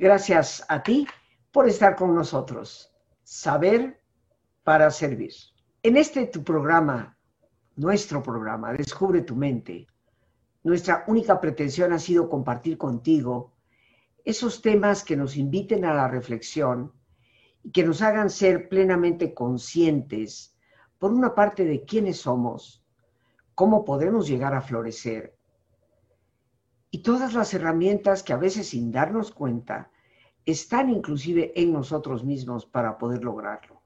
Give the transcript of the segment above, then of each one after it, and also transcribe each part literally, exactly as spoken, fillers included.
Gracias a ti por estar con nosotros. Saber para servir. En este tu programa, nuestro programa, Descubre tu mente, nuestra única pretensión ha sido compartir contigo esos temas que nos inviten a la reflexión y que nos hagan ser plenamente conscientes, por una parte, de quiénes somos, cómo podemos llegar a florecer, y todas las herramientas que a veces, sin darnos cuenta, están inclusive en nosotros mismos para poder lograrlo.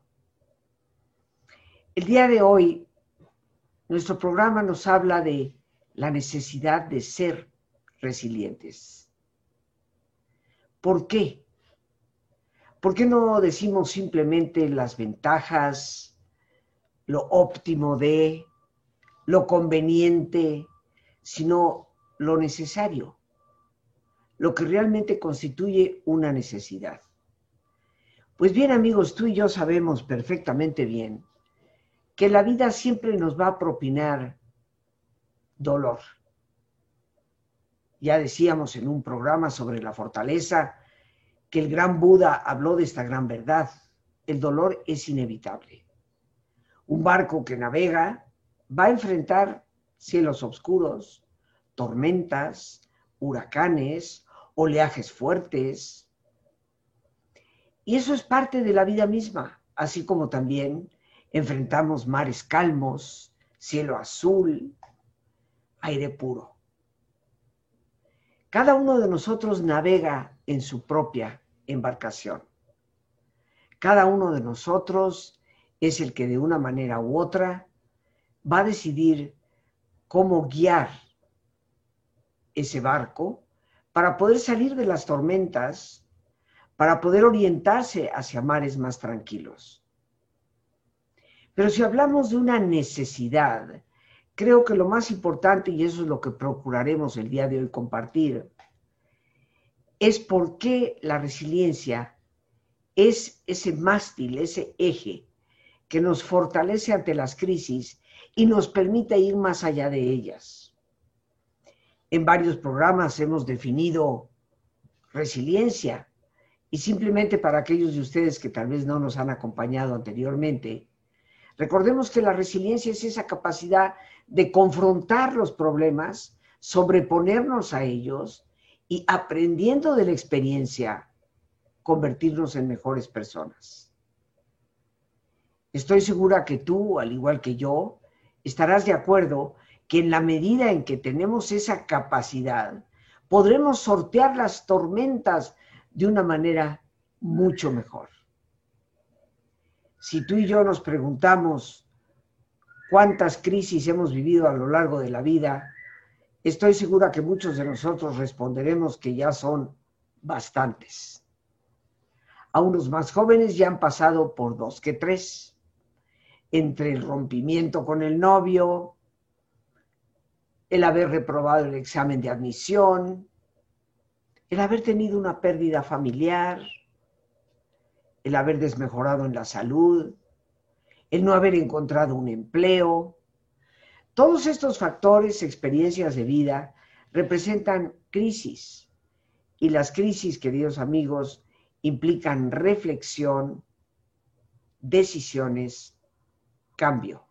El día de hoy, nuestro programa nos habla de la necesidad de ser resilientes. ¿Por qué? ¿Por qué no decimos simplemente las ventajas, lo óptimo de, lo conveniente, sino lo necesario, lo que realmente constituye una necesidad? Pues bien, amigos, tú y yo sabemos perfectamente bien que la vida siempre nos va a propinar dolor. Ya decíamos en un programa sobre la fortaleza que el gran Buda habló de esta gran verdad. El dolor es inevitable. Un barco que navega va a enfrentar cielos oscuros, tormentas, huracanes, oleajes fuertes. Y eso es parte de la vida misma, así como también enfrentamos mares calmos, cielo azul, aire puro. Cada uno de nosotros navega en su propia embarcación. Cada uno de nosotros es el que de una manera u otra va a decidir cómo guiar ese barco para poder salir de las tormentas, para poder orientarse hacia mares más tranquilos. Pero si hablamos de una necesidad, creo que lo más importante, y eso es lo que procuraremos el día de hoy compartir, es por qué la resiliencia es ese mástil, ese eje que nos fortalece ante las crisis y nos permite ir más allá de ellas. En varios programas hemos definido resiliencia, y simplemente para aquellos de ustedes que tal vez no nos han acompañado anteriormente, recordemos que la resiliencia es esa capacidad de confrontar los problemas, sobreponernos a ellos y, aprendiendo de la experiencia, convertirnos en mejores personas. Estoy segura que tú, al igual que yo, estarás de acuerdo que en la medida en que tenemos esa capacidad, podremos sortear las tormentas de una manera mucho mejor. Si tú y yo nos preguntamos cuántas crisis hemos vivido a lo largo de la vida, estoy segura que muchos de nosotros responderemos que ya son bastantes. A unos más jóvenes ya han pasado por dos que tres, entre el rompimiento con el novio, el haber reprobado el examen de admisión, el haber tenido una pérdida familiar, el haber desmejorado en la salud, el no haber encontrado un empleo. Todos estos factores, experiencias de vida, representan crisis. Y las crisis, queridos amigos, implican reflexión, decisiones, cambio.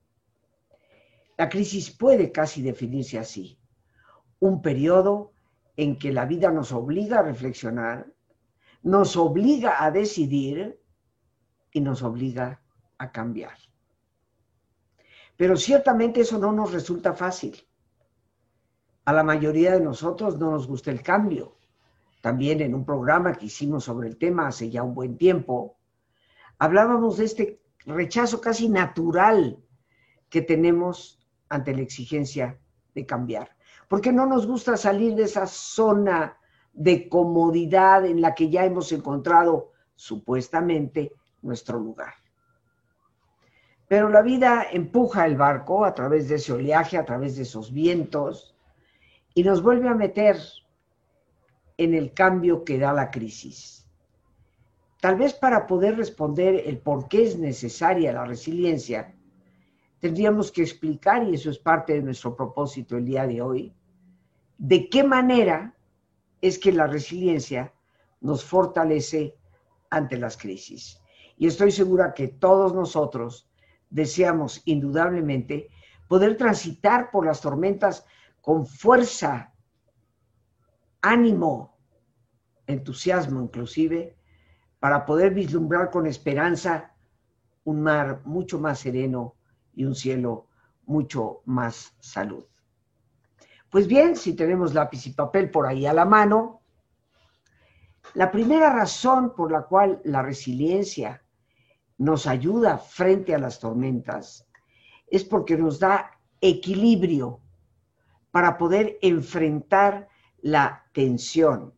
La crisis puede casi definirse así: un periodo en que la vida nos obliga a reflexionar, nos obliga a decidir y nos obliga a cambiar. Pero ciertamente eso no nos resulta fácil. A la mayoría de nosotros no nos gusta el cambio. También en un programa que hicimos sobre el tema hace ya un buen tiempo, hablábamos de este rechazo casi natural que tenemos ante la exigencia de cambiar. ¿Por qué no nos gusta salir de esa zona de comodidad en la que ya hemos encontrado supuestamente nuestro lugar? Pero la vida empuja el barco a través de ese oleaje, a través de esos vientos, y nos vuelve a meter en el cambio que da la crisis. Tal vez para poder responder el por qué es necesaria la resiliencia, tendríamos que explicar, y eso es parte de nuestro propósito el día de hoy, de qué manera es que la resiliencia nos fortalece ante las crisis. Y estoy segura que todos nosotros deseamos indudablemente poder transitar por las tormentas con fuerza, ánimo, entusiasmo inclusive, para poder vislumbrar con esperanza un mar mucho más sereno y un cielo mucho más salud. Pues bien, si tenemos lápiz y papel por ahí a la mano, la primera razón por la cual la resiliencia nos ayuda frente a las tormentas es porque nos da equilibrio para poder enfrentar la tensión.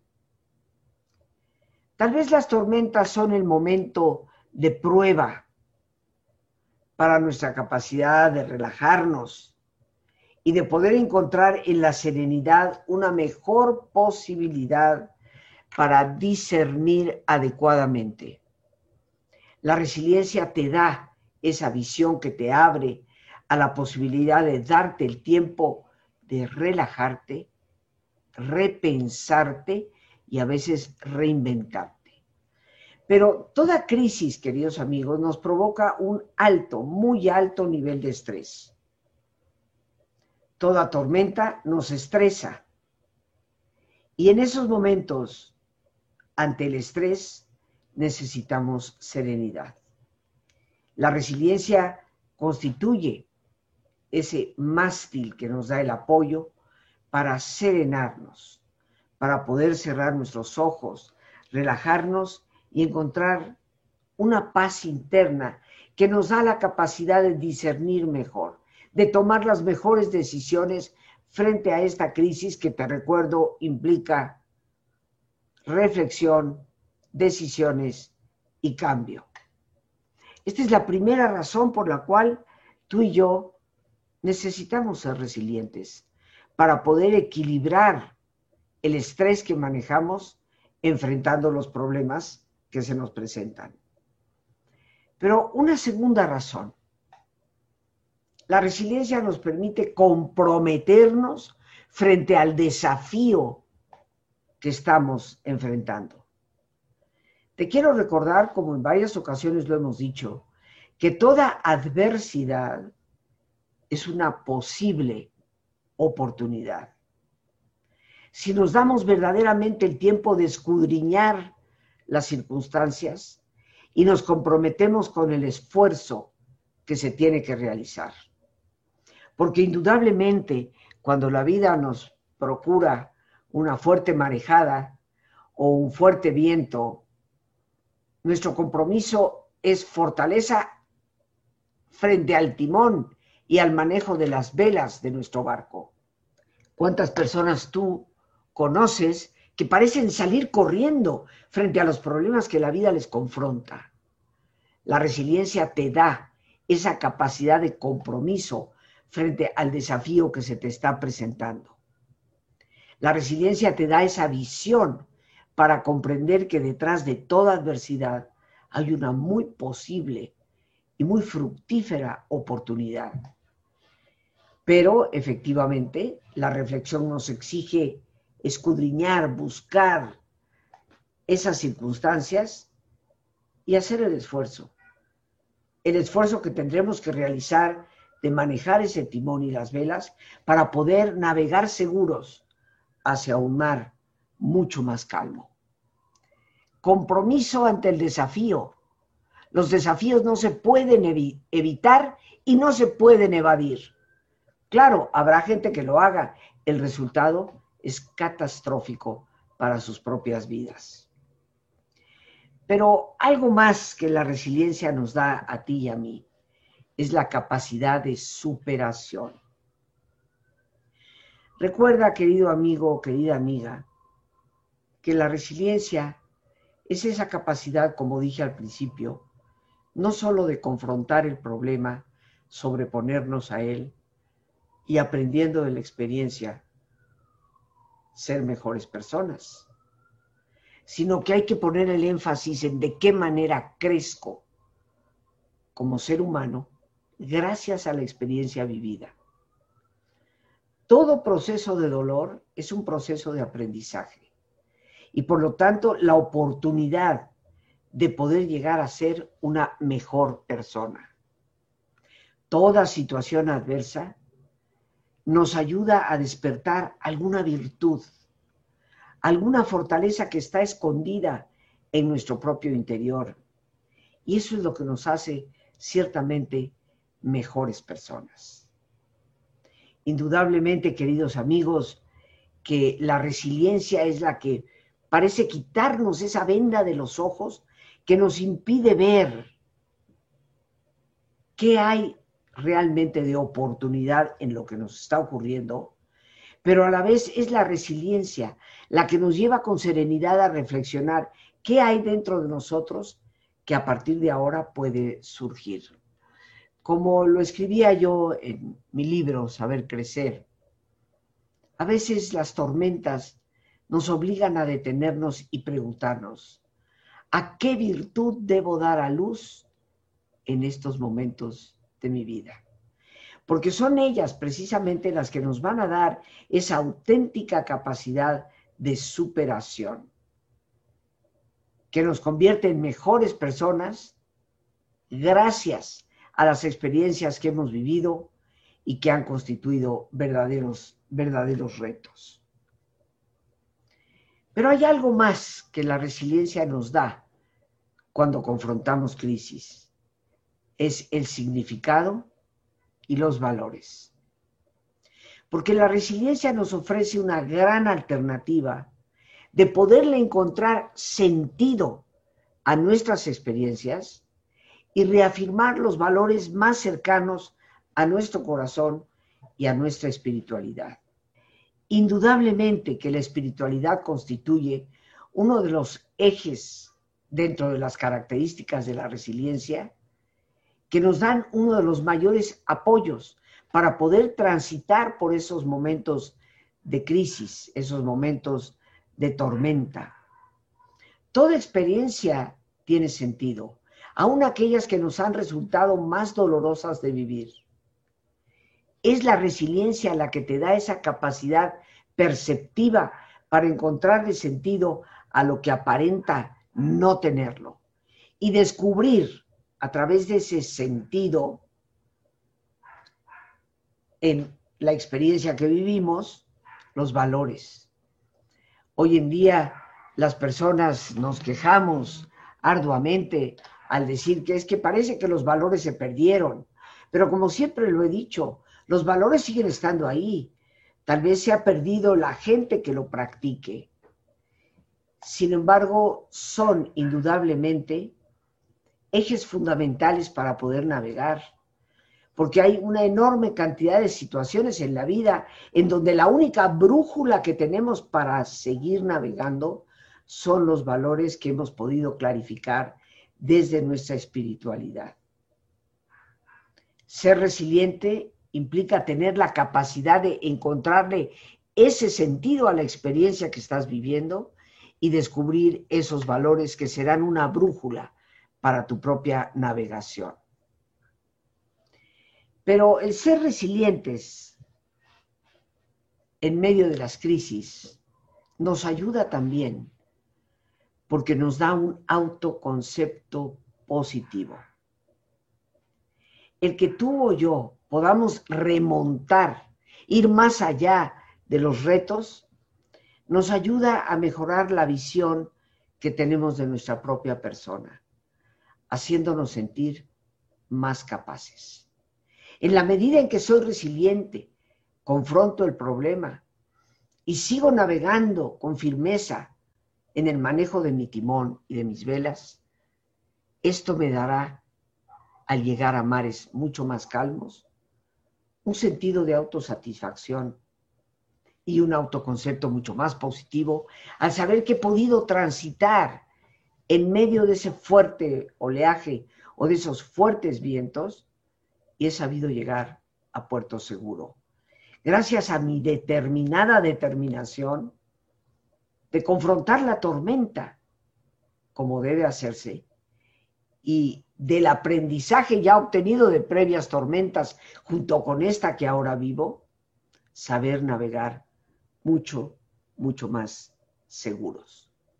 Tal vez las tormentas son el momento de prueba para nuestra capacidad de relajarnos y de poder encontrar en la serenidad una mejor posibilidad para discernir adecuadamente. La resiliencia te da esa visión que te abre a la posibilidad de darte el tiempo de relajarte, repensarte y a veces reinventarte. Pero toda crisis, queridos amigos, nos provoca un alto, muy alto nivel de estrés. Toda tormenta nos estresa. Y en esos momentos, ante el estrés, necesitamos serenidad. La resiliencia constituye ese mástil que nos da el apoyo para serenarnos, para poder cerrar nuestros ojos, relajarnos y encontrar una paz interna que nos da la capacidad de discernir mejor, de tomar las mejores decisiones frente a esta crisis que, te recuerdo, implica reflexión, decisiones y cambio. Esta es la primera razón por la cual tú y yo necesitamos ser resilientes para poder equilibrar el estrés que manejamos enfrentando los problemas que se nos presentan. Pero una segunda razón, la resiliencia nos permite comprometernos frente al desafío que estamos enfrentando. Te quiero recordar, como en varias ocasiones lo hemos dicho, que toda adversidad es una posible oportunidad. Si nos damos verdaderamente el tiempo de escudriñar las circunstancias y nos comprometemos con el esfuerzo que se tiene que realizar. Porque indudablemente cuando la vida nos procura una fuerte marejada o un fuerte viento, nuestro compromiso es fortaleza frente al timón y al manejo de las velas de nuestro barco. ¿Cuántas personas tú conoces que parecen salir corriendo frente a los problemas que la vida les confronta? La resiliencia te da esa capacidad de compromiso frente al desafío que se te está presentando. La resiliencia te da esa visión para comprender que detrás de toda adversidad hay una muy posible y muy fructífera oportunidad. Pero efectivamente la reflexión nos exige escudriñar, buscar esas circunstancias y hacer el esfuerzo. El esfuerzo que tendremos que realizar de manejar ese timón y las velas para poder navegar seguros hacia un mar mucho más calmo. Compromiso ante el desafío. Los desafíos no se pueden evi- evitar y no se pueden evadir. Claro, habrá gente que lo haga. El resultado es catastrófico para sus propias vidas. Pero algo más que la resiliencia nos da a ti y a mí es la capacidad de superación. Recuerda, querido amigo, querida amiga, que la resiliencia es esa capacidad, como dije al principio, no solo de confrontar el problema, sobreponernos a él y aprendiendo de la experiencia, ser mejores personas, sino que hay que poner el énfasis en de qué manera crezco como ser humano gracias a la experiencia vivida. Todo proceso de dolor es un proceso de aprendizaje y por lo tanto la oportunidad de poder llegar a ser una mejor persona. Toda situación adversa nos ayuda a despertar alguna virtud, alguna fortaleza que está escondida en nuestro propio interior. Y eso es lo que nos hace ciertamente mejores personas. Indudablemente, queridos amigos, que la resiliencia es la que parece quitarnos esa venda de los ojos que nos impide ver qué hay realmente de oportunidad en lo que nos está ocurriendo, pero a la vez es la resiliencia la que nos lleva con serenidad a reflexionar qué hay dentro de nosotros que a partir de ahora puede surgir. Como lo escribía yo en mi libro, Saber Crecer, a veces las tormentas nos obligan a detenernos y preguntarnos, ¿a qué virtud debo dar a luz en estos momentos de mi vida? Porque son ellas precisamente las que nos van a dar esa auténtica capacidad de superación, que nos convierte en mejores personas gracias a las experiencias que hemos vivido y que han constituido verdaderos, verdaderos retos. Pero hay algo más que la resiliencia nos da cuando confrontamos crisis. Es el significado y los valores. Porque la resiliencia nos ofrece una gran alternativa de poderle encontrar sentido a nuestras experiencias y reafirmar los valores más cercanos a nuestro corazón y a nuestra espiritualidad. Indudablemente que la espiritualidad constituye uno de los ejes dentro de las características de la resiliencia que nos dan uno de los mayores apoyos para poder transitar por esos momentos de crisis, esos momentos de tormenta. Toda experiencia tiene sentido, aun aquellas que nos han resultado más dolorosas de vivir. Es la resiliencia la que te da esa capacidad perceptiva para encontrarle sentido a lo que aparenta no tenerlo y descubrir a través de ese sentido en la experiencia que vivimos los valores. Hoy en día las personas nos quejamos arduamente al decir que es que parece que los valores se perdieron, pero como siempre lo he dicho, los valores siguen estando ahí. Tal vez se ha perdido la gente que lo practique. Sin embargo, son indudablemente ejes fundamentales para poder navegar, porque hay una enorme cantidad de situaciones en la vida en donde la única brújula que tenemos para seguir navegando son los valores que hemos podido clarificar desde nuestra espiritualidad. Ser resiliente implica tener la capacidad de encontrarle ese sentido a la experiencia que estás viviendo y descubrir esos valores que serán una brújula para tu propia navegación. Pero el ser resilientes en medio de las crisis nos ayuda también porque nos da un autoconcepto positivo. El que tú o yo podamos remontar, ir más allá de los retos, nos ayuda a mejorar la visión que tenemos de nuestra propia persona, haciéndonos sentir más capaces. En la medida en que soy resiliente, confronto el problema y sigo navegando con firmeza en el manejo de mi timón y de mis velas, esto me dará, al llegar a mares mucho más calmos, un sentido de autosatisfacción y un autoconcepto mucho más positivo al saber que he podido transitar en medio de ese fuerte oleaje o de esos fuertes vientos y he sabido llegar a puerto seguro. Gracias a mi determinada determinación de confrontar la tormenta como debe hacerse y del aprendizaje ya obtenido de previas tormentas junto con esta que ahora vivo, saber navegar mucho, mucho más seguros.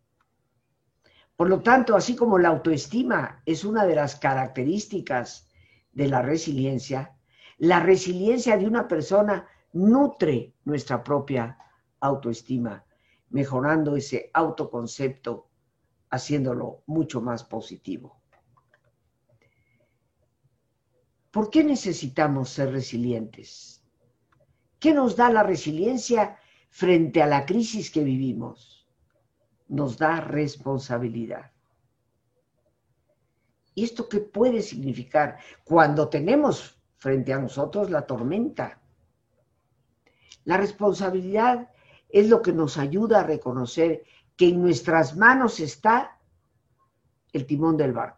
Por lo tanto, así como la autoestima es una de las características de la resiliencia, la resiliencia de una persona nutre nuestra propia autoestima, mejorando ese autoconcepto, haciéndolo mucho más positivo. ¿Por qué necesitamos ser resilientes? ¿Qué nos da la resiliencia frente a la crisis que vivimos? Nos da responsabilidad. ¿Y esto qué puede significar cuando tenemos frente a nosotros la tormenta? La responsabilidad es lo que nos ayuda a reconocer que en nuestras manos está el timón del barco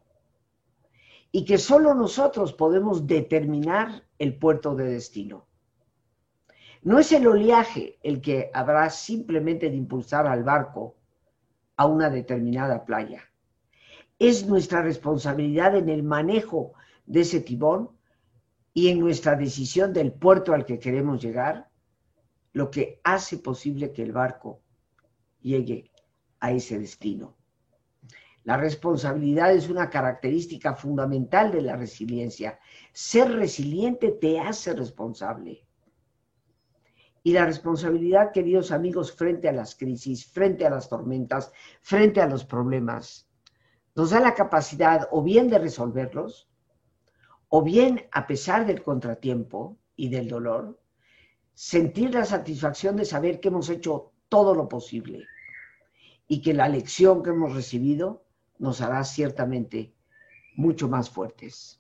y que solo nosotros podemos determinar el puerto de destino. No es el oleaje el que habrá simplemente de impulsar al barco a una determinada playa. Es nuestra responsabilidad en el manejo de ese timón y en nuestra decisión del puerto al que queremos llegar, lo que hace posible que el barco llegue a ese destino. La responsabilidad es una característica fundamental de la resiliencia. Ser resiliente te hace responsable. Y la responsabilidad, queridos amigos, frente a las crisis, frente a las tormentas, frente a los problemas, nos da la capacidad o bien de resolverlos, o bien, a pesar del contratiempo y del dolor, sentir la satisfacción de saber que hemos hecho todo lo posible y que la lección que hemos recibido nos hará ciertamente mucho más fuertes.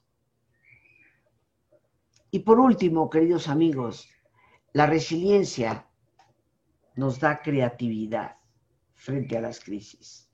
Y por último, queridos amigos, la resiliencia nos da creatividad frente a las crisis.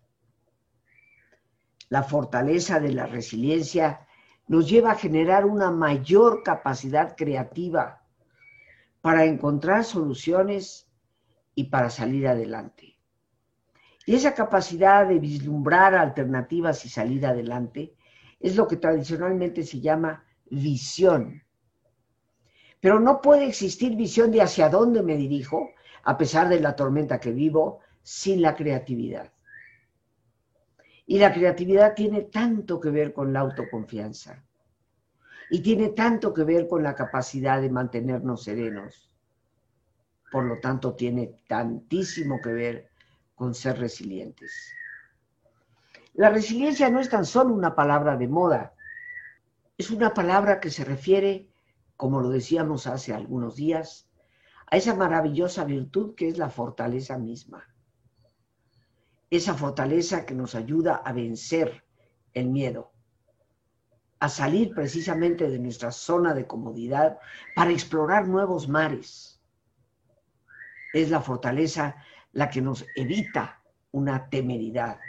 La fortaleza de la resiliencia nos lleva a generar una mayor capacidad creativa para encontrar soluciones y para salir adelante. Y esa capacidad de vislumbrar alternativas y salir adelante es lo que tradicionalmente se llama visión. Pero no puede existir visión de hacia dónde me dirijo, a pesar de la tormenta que vivo, sin la creatividad. Y la creatividad tiene tanto que ver con la autoconfianza. Y tiene tanto que ver con la capacidad de mantenernos serenos. Por lo tanto, tiene tantísimo que ver con ser resilientes. La resiliencia no es tan solo una palabra de moda, es una palabra que se refiere, como lo decíamos hace algunos días, a esa maravillosa virtud que es la fortaleza misma. Esa fortaleza que nos ayuda a vencer el miedo, a salir precisamente de nuestra zona de comodidad para explorar nuevos mares. Es la fortaleza la que nos evita una temeridad.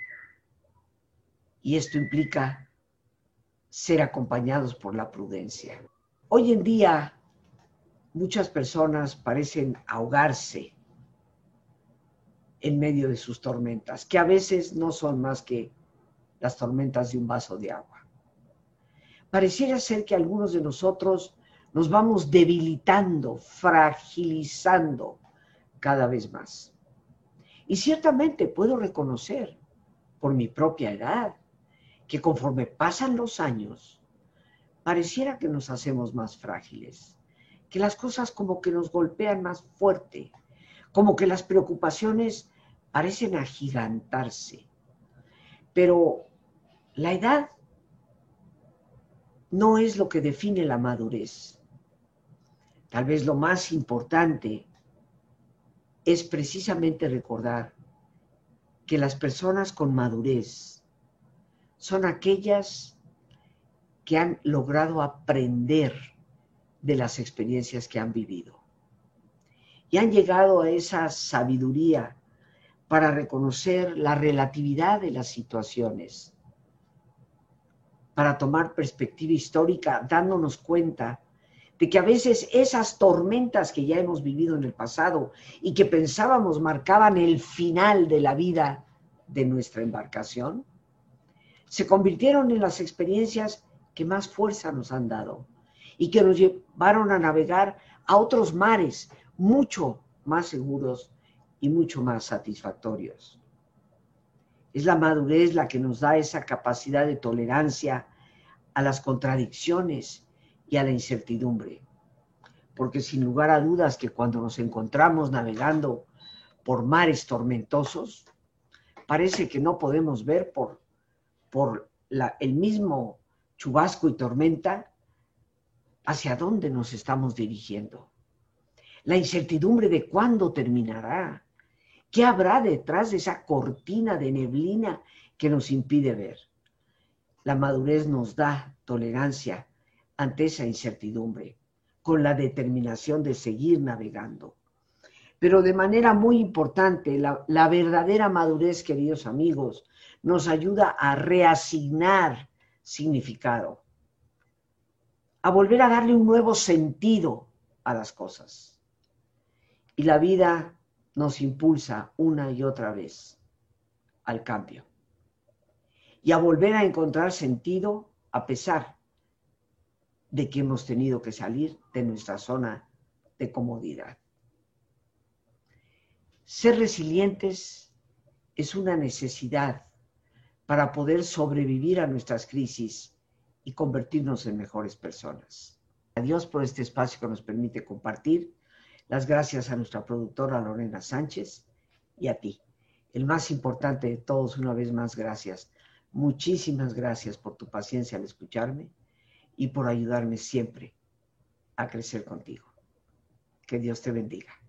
Y esto implica ser acompañados por la prudencia. Hoy en día, muchas personas parecen ahogarse en medio de sus tormentas, que a veces no son más que las tormentas de un vaso de agua. Pareciera ser que algunos de nosotros nos vamos debilitando, fragilizando cada vez más. Y ciertamente puedo reconocer, por mi propia edad, que conforme pasan los años, pareciera que nos hacemos más frágiles, que las cosas como que nos golpean más fuerte, como que las preocupaciones parecen agigantarse. Pero la edad no es lo que define la madurez. Tal vez lo más importante es precisamente recordar que las personas con madurez son aquellas que han logrado aprender de las experiencias que han vivido y han llegado a esa sabiduría para reconocer la relatividad de las situaciones, para tomar perspectiva histórica, dándonos cuenta de que a veces esas tormentas que ya hemos vivido en el pasado y que pensábamos marcaban el final de la vida de nuestra embarcación, se convirtieron en las experiencias que más fuerza nos han dado y que nos llevaron a navegar a otros mares mucho más seguros y mucho más satisfactorios. Es la madurez la que nos da esa capacidad de tolerancia a las contradicciones y a la incertidumbre. Porque sin lugar a dudas que cuando nos encontramos navegando por mares tormentosos, parece que no podemos ver por, por la, el mismo chubasco y tormenta hacia dónde nos estamos dirigiendo. La incertidumbre de cuándo terminará. ¿Qué habrá detrás de esa cortina de neblina que nos impide ver? La madurez nos da tolerancia ante esa incertidumbre, con la determinación de seguir navegando. Pero de manera muy importante, la, la verdadera madurez, queridos amigos, nos ayuda a reasignar significado, a volver a darle un nuevo sentido a las cosas. Y la vida nos impulsa una y otra vez al cambio y a volver a encontrar sentido a pesar de que hemos tenido que salir de nuestra zona de comodidad. Ser resilientes es una necesidad para poder sobrevivir a nuestras crisis y convertirnos en mejores personas. A Dios por este espacio que nos permite compartir. Las gracias a nuestra productora Lorena Sánchez y a ti. El más importante de todos, una vez más, gracias. Muchísimas gracias por tu paciencia al escucharme y por ayudarme siempre a crecer contigo. Que Dios te bendiga.